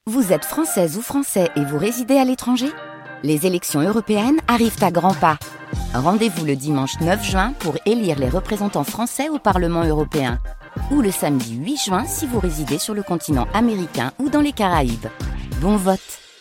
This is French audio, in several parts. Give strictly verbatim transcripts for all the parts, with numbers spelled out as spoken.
Vous êtes française ou français et vous résidez à l'étranger ? Les élections européennes arrivent à grands pas. Rendez-vous le dimanche neuf juin pour élire les représentants français au Parlement européen. Ou le samedi huit juin si vous résidez sur le continent américain ou dans les Caraïbes. Bon vote!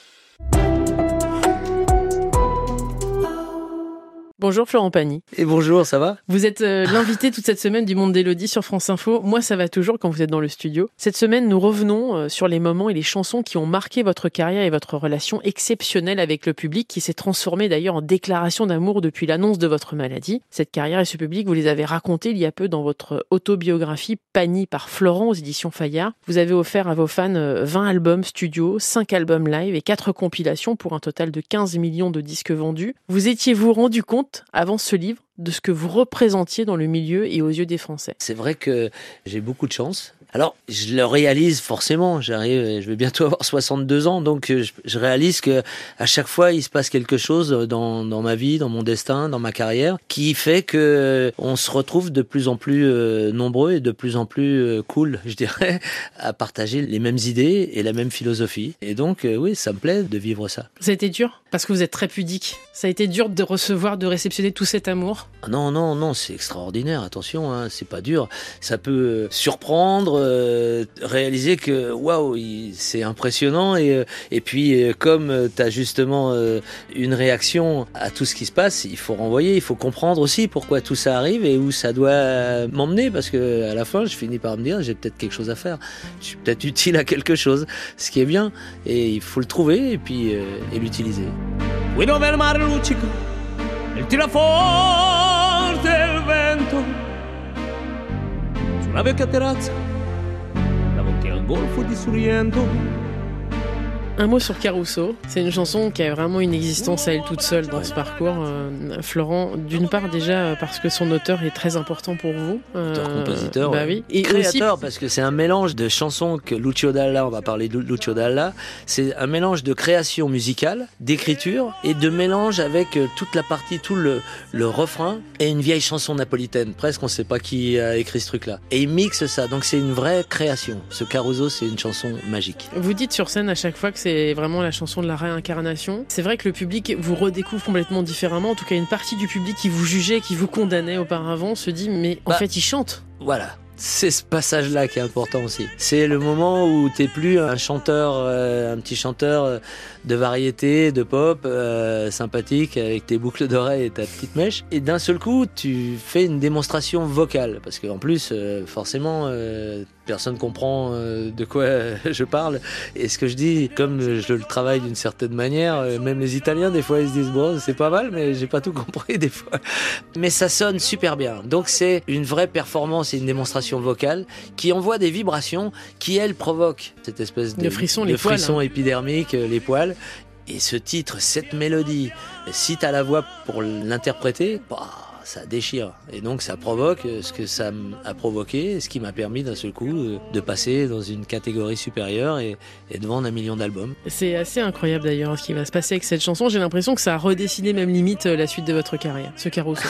Bonjour Florent Pagny. Et bonjour, ça va ? Vous êtes euh, l'invité toute cette semaine du Monde d'Élodie sur France Info. Moi, ça va toujours quand vous êtes dans le studio. Cette semaine, nous revenons euh, sur les moments et les chansons qui ont marqué votre carrière et votre relation exceptionnelle avec le public, qui s'est transformée d'ailleurs en déclaration d'amour depuis l'annonce de votre maladie. Cette carrière et ce public, vous les avez racontés il y a peu dans votre autobiographie Pagny par Florent aux éditions Fayard. Vous avez offert à vos fans vingt albums studio, cinq albums live et quatre compilations pour un total de quinze millions de disques vendus. Vous étiez-vous rendu compte avant ce livre, de ce que vous représentiez dans le milieu et aux yeux des Français? C'est vrai que j'ai beaucoup de chance. Alors, je le réalise forcément. J'arrive, je vais bientôt avoir soixante-deux ans, donc je, je réalise que à chaque fois, il se passe quelque chose dans, dans ma vie, dans mon destin, dans ma carrière, qui fait que on se retrouve de plus en plus euh, nombreux et de plus en plus euh, cool, je dirais, à partager les mêmes idées et la même philosophie. Et donc, euh, oui, ça me plaît de vivre ça. Ça a été dur parce que vous êtes très pudique. Ça a été dur de recevoir, de réceptionner tout cet amour. Non, non, non, c'est extraordinaire. Attention, hein, c'est pas dur. Ça peut surprendre. Euh, réaliser que waouh, c'est impressionnant et, et puis euh, comme tu as justement euh, une réaction à tout ce qui se passe, il faut renvoyer, il faut comprendre aussi pourquoi tout ça arrive et où ça doit m'emmener, parce que à la fin je finis par me dire j'ai peut-être quelque chose à faire, je suis peut-être utile à quelque chose, ce qui est bien, et il faut le trouver et puis euh, et l'utiliser. Guido del mare luccico, il tira forte il vento su una vecchia terrazza. Golfo di Sorrento. Un mot sur Caruso, c'est une chanson qui a vraiment une existence à elle toute seule dans ce parcours. Euh, Florent, d'une part déjà parce que son auteur est très important pour vous. Euh, Auteur-compositeur, bah ouais. oui. Et créateur, aussi parce que c'est un mélange de chansons que Lucio Dalla, on va parler de Lucio Dalla, c'est un mélange de création musicale, d'écriture et de mélange avec toute la partie, tout le, le refrain et une vieille chanson napolitaine. Presque on ne sait pas qui a écrit ce truc-là. Et il mixe ça, donc c'est une vraie création. Ce Caruso, c'est une chanson magique. Vous dites sur scène à chaque fois que c'est vraiment la chanson de la réincarnation. C'est vrai que le public vous redécouvre complètement différemment. En tout cas, une partie du public qui vous jugeait, qui vous condamnait auparavant, se dit mais en bah, fait, il chante. Voilà. C'est ce passage-là qui est important aussi. C'est le moment où t'es plus un chanteur, euh, un petit chanteur euh, de variété, de pop, euh, sympathique, avec tes boucles d'oreilles et ta petite mèche. Et d'un seul coup, tu fais une démonstration vocale. Parce qu'en plus, euh, forcément, euh, personne comprend euh, de quoi je parle. Et ce que je dis, comme je le travaille d'une certaine manière, euh, même les Italiens, des fois, ils se disent, bon, c'est pas mal, mais j'ai pas tout compris des fois. Mais ça sonne super bien. Donc c'est une vraie performance et une démonstration vocale qui envoie des vibrations qui, elles, provoquent cette espèce de, de frisson, de les frisson poils, hein. épidermique, les poils. Et ce titre, cette mélodie, si t'as la voix pour l'interpréter, bah, ça déchire. Et donc ça provoque ce que ça a provoqué, ce qui m'a permis d'un seul coup de passer dans une catégorie supérieure et, et de vendre un million d'albums. C'est assez incroyable d'ailleurs ce qui va se passer avec cette chanson. J'ai l'impression que ça a redessiné même limite la suite de votre carrière, ce Caruso.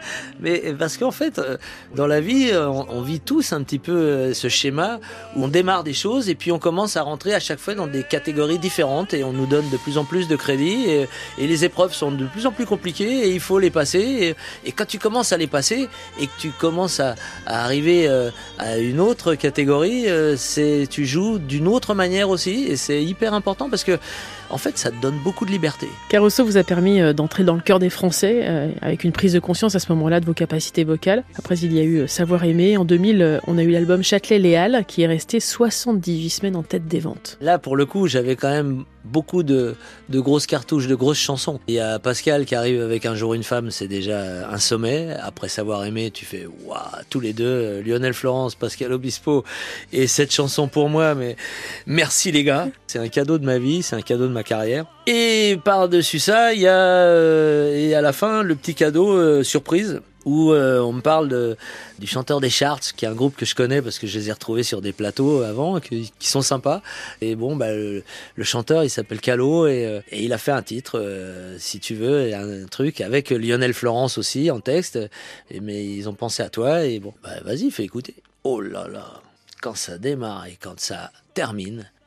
Mais parce qu'en fait, dans la vie, on, on vit tous un petit peu ce schéma où on démarre des choses et puis on commence à rentrer à chaque fois dans des catégories différentes et on nous donne de plus en plus de crédit et, et les épreuves sont de plus en plus compliquées et il faut les passer. Et, et quand tu commences à les passer et que tu commences à, à arriver euh, à une autre catégorie, euh, c'est, tu joues d'une autre manière aussi et c'est hyper important parce que en fait, ça te donne beaucoup de liberté. Caruso vous a permis d'entrer dans le cœur des Français euh, avec une prise de conscience à ce moment-là de vos capacités vocales. Après, il y a eu Savoir aimer. En deux mille, on a eu l'album Châtelet-Léal qui est resté soixante-dix-huit semaines en tête des ventes. Là, pour le coup, j'avais quand même beaucoup de, de grosses cartouches, de grosses chansons. Il y a Pascal qui arrive avec Un jour une femme, c'est déjà un sommet. Après Savoir aimer, tu fais waouh, tous les deux, Lionel Florence, Pascal Obispo, et cette chanson pour moi, mais merci les gars. C'est un cadeau de ma vie, c'est un cadeau de ma carrière. Et par-dessus ça, il y a euh, et à la fin le petit cadeau euh, surprise où euh, on me parle de, du chanteur des Charts, qui est un groupe que je connais parce que je les ai retrouvés sur des plateaux avant, qui, qui sont sympas. Et bon, bah, le, le chanteur, il s'appelle Calo et, euh, et il a fait un titre, euh, si tu veux, un, un truc avec Lionel Florence aussi en texte. Et, mais ils ont pensé à toi et bon, bah, vas-y, fais écouter. Oh là là, quand ça démarre et quand ça termine,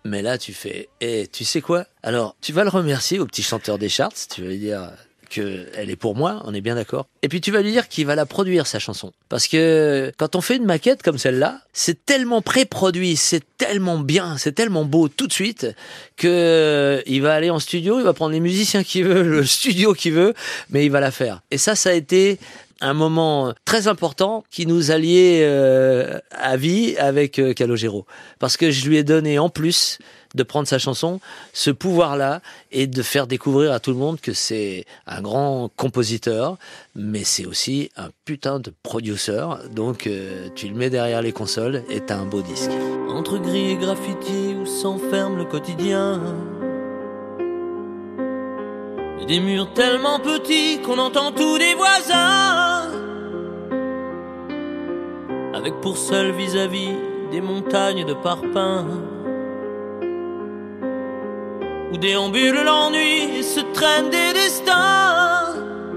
Mais là, tu fais, eh, tu sais quoi? Alors, tu vas le remercier au petit chanteur des charts, tu vas lui dire qu'elle est pour moi, on est bien d'accord. Et puis tu vas lui dire qu'il va la produire, sa chanson. Parce que quand on fait une maquette comme celle-là, c'est tellement pré-produit, c'est tellement bien, c'est tellement beau tout de suite, que il va aller en studio, il va prendre les musiciens qu'il veut, le studio qu'il veut, mais il va la faire. Et ça, ça a été un moment très important qui nous a liés euh, à vie avec euh, Calogero. Parce que je lui ai donné en plus de prendre sa chanson, ce pouvoir-là, et de faire découvrir à tout le monde que c'est un grand compositeur, mais c'est aussi un putain de producer. Donc euh, tu le mets derrière les consoles et t'as un beau disque. Entre gris et graffiti où s'enferme le quotidien, et des murs tellement petits qu'on entend tous des voisins, avec pour seul vis-à-vis des montagnes de parpaings, où déambule l'ennui et se traînent des destins.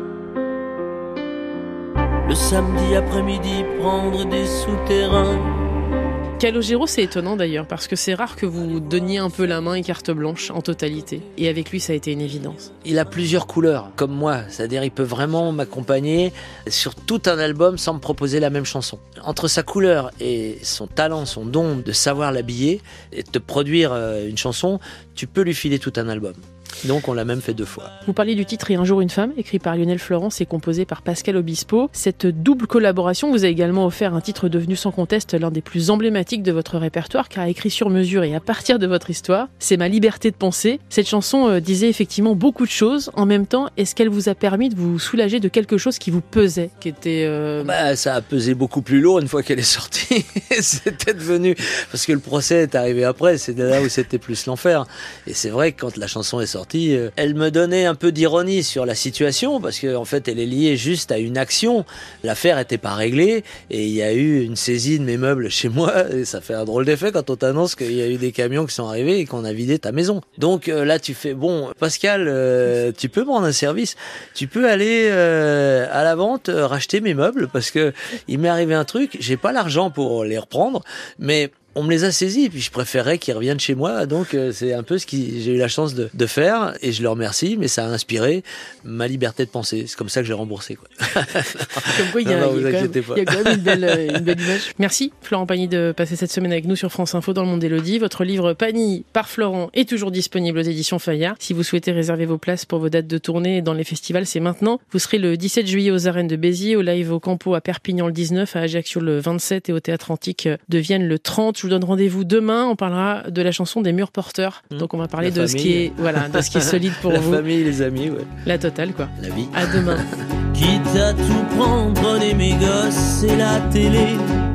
Le samedi après-midi, prendre des souterrains. Calogero, c'est étonnant d'ailleurs, parce que c'est rare que vous donniez un peu la main et carte blanche en totalité. Et avec lui, ça a été une évidence. Il a plusieurs couleurs, comme moi. C'est-à-dire, il peut vraiment m'accompagner sur tout un album sans me proposer la même chanson. Entre sa couleur et son talent, son don de savoir l'habiller et de te produire une chanson, tu peux lui filer tout un album. Donc on l'a même fait deux fois. Vous parliez du titre « Et un jour une femme », écrit par Lionel Florence et composé par Pascal Obispo. Cette double collaboration vous a également offert un titre devenu sans conteste l'un des plus emblématiques de votre répertoire, car écrit sur mesure et à partir de votre histoire, c'est « Ma liberté de penser ». Cette chanson euh, disait effectivement beaucoup de choses. En même temps, est-ce qu'elle vous a permis de vous soulager de quelque chose qui vous pesait, qui était... Euh... Bah, ça a pesé beaucoup plus lourd une fois qu'elle est sortie. C'était devenu... Parce que le procès est arrivé après, c'est là où c'était plus l'enfer. Et c'est vrai que quand la chanson est sortie, elle me donnait un peu d'ironie sur la situation, parce qu'en en fait elle est liée juste à une action. L'affaire n'était pas réglée et il y a eu une saisie de mes meubles chez moi, et ça fait un drôle d'effet quand on t'annonce qu'il y a eu des camions qui sont arrivés et qu'on a vidé ta maison. Donc euh, là tu fais, bon Pascal, euh, tu peux me rendre un service, tu peux aller euh, à la vente euh, racheter mes meubles, parce que il m'est arrivé un truc, j'ai pas l'argent pour les reprendre, mais on me les a saisis, et puis je préférerais qu'ils reviennent chez moi. Donc euh, c'est un peu ce que j'ai eu la chance de, de faire, et je le remercie, mais ça a inspiré ma liberté de penser. C'est comme ça que j'ai remboursé, quoi. Comme quoi, il y a, non, non, il y a, quand, même, il y a quand même une belle, une belle image. Merci Florent Pagny de passer cette semaine avec nous sur France Info dans le monde d'Élodie. Votre livre Pagny par Florent est toujours disponible aux éditions Fayard. Si vous souhaitez réserver vos places pour vos dates de tournée dans les festivals, c'est maintenant. Vous serez le dix-sept juillet aux Arènes de Béziers, au Live au Campo à Perpignan le dix-neuf, à Ajaccio le vingt-sept et au Théâtre Antique de Vienne le trente. Je vous donne rendez-vous demain. On parlera de la chanson des murs porteurs. Mmh. Donc on va parler de ce qui est, voilà, de ce qui est solide pour la vous. La famille, les amis, ouais. La totale, quoi. La vie. À demain. Quitte à tout prendre, prenez mes gosses et la télé,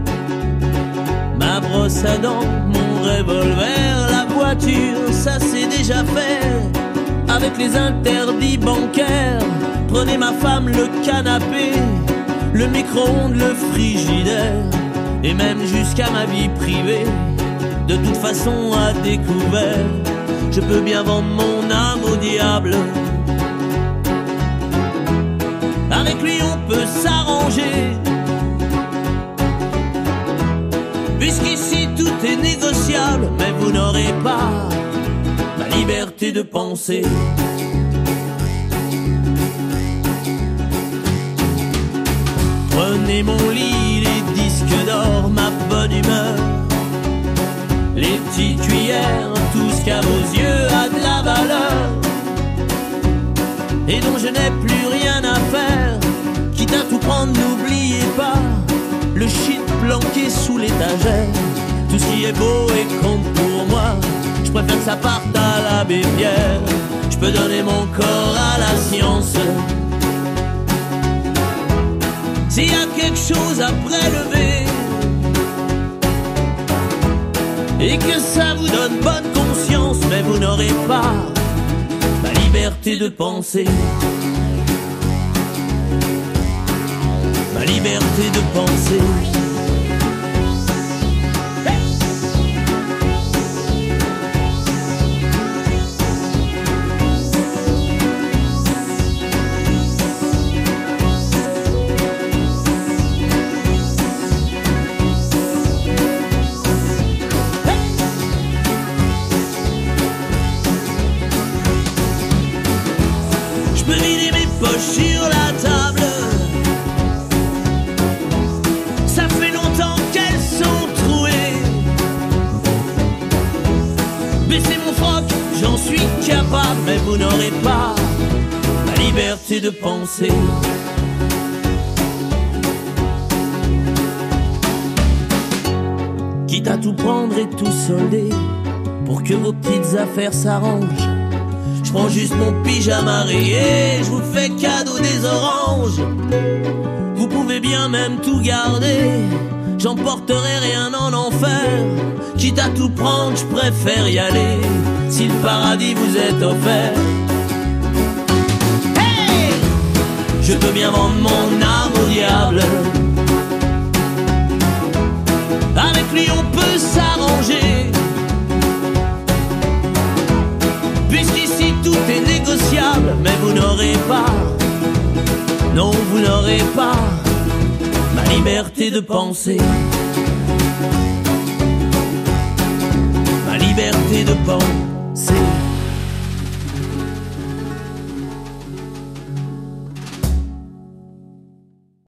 ma brosse à dents, mon revolver, la voiture, ça c'est déjà fait. Avec les interdits bancaires, prenez ma femme, le canapé, le micro-ondes, le frigidaire, et même jusqu'à ma vie privée. De toute façon à découvert, je peux bien vendre mon âme au diable. Avec lui on peut s'arranger, puisqu'ici tout est négociable. Mais vous n'aurez pas ma liberté de penser. Prenez mon lit, les disques d'or, ma bonne humeur, les petites cuillères, tout ce qu'à vos yeux a de la valeur et dont je n'ai plus rien à faire. Quitte à tout prendre, n'oubliez pas le shit planqué sous l'étagère. Tout ce qui est beau et compte pour moi, je préfère que ça parte à l'abbé Pierre. Je peux donner mon corps à la science. S'il y a quelque chose à prélever et que ça vous donne bonne conscience, mais vous n'aurez pas ma liberté de penser. Ma liberté de penser. me vider mes poches sur la table. Ça fait longtemps qu'elles sont trouées. Baisser mon froc, j'en suis capable, mais vous n'aurez pas la liberté de penser. Quitte à tout prendre et tout solder, pour que vos petites affaires s'arrangent, je prends juste mon pyjama rayé, je vous fais cadeau des oranges. Vous pouvez bien même tout garder, j'emporterai rien en enfer. Quitte à tout prendre, je préfère y aller, si le paradis vous est offert. Hey! Je peux bien vendre mon âme au diable, avec lui on peut s'arranger, puisqu'ici tout est négociable. Mais vous n'aurez pas, non vous n'aurez pas ma liberté de penser, ma liberté de penser.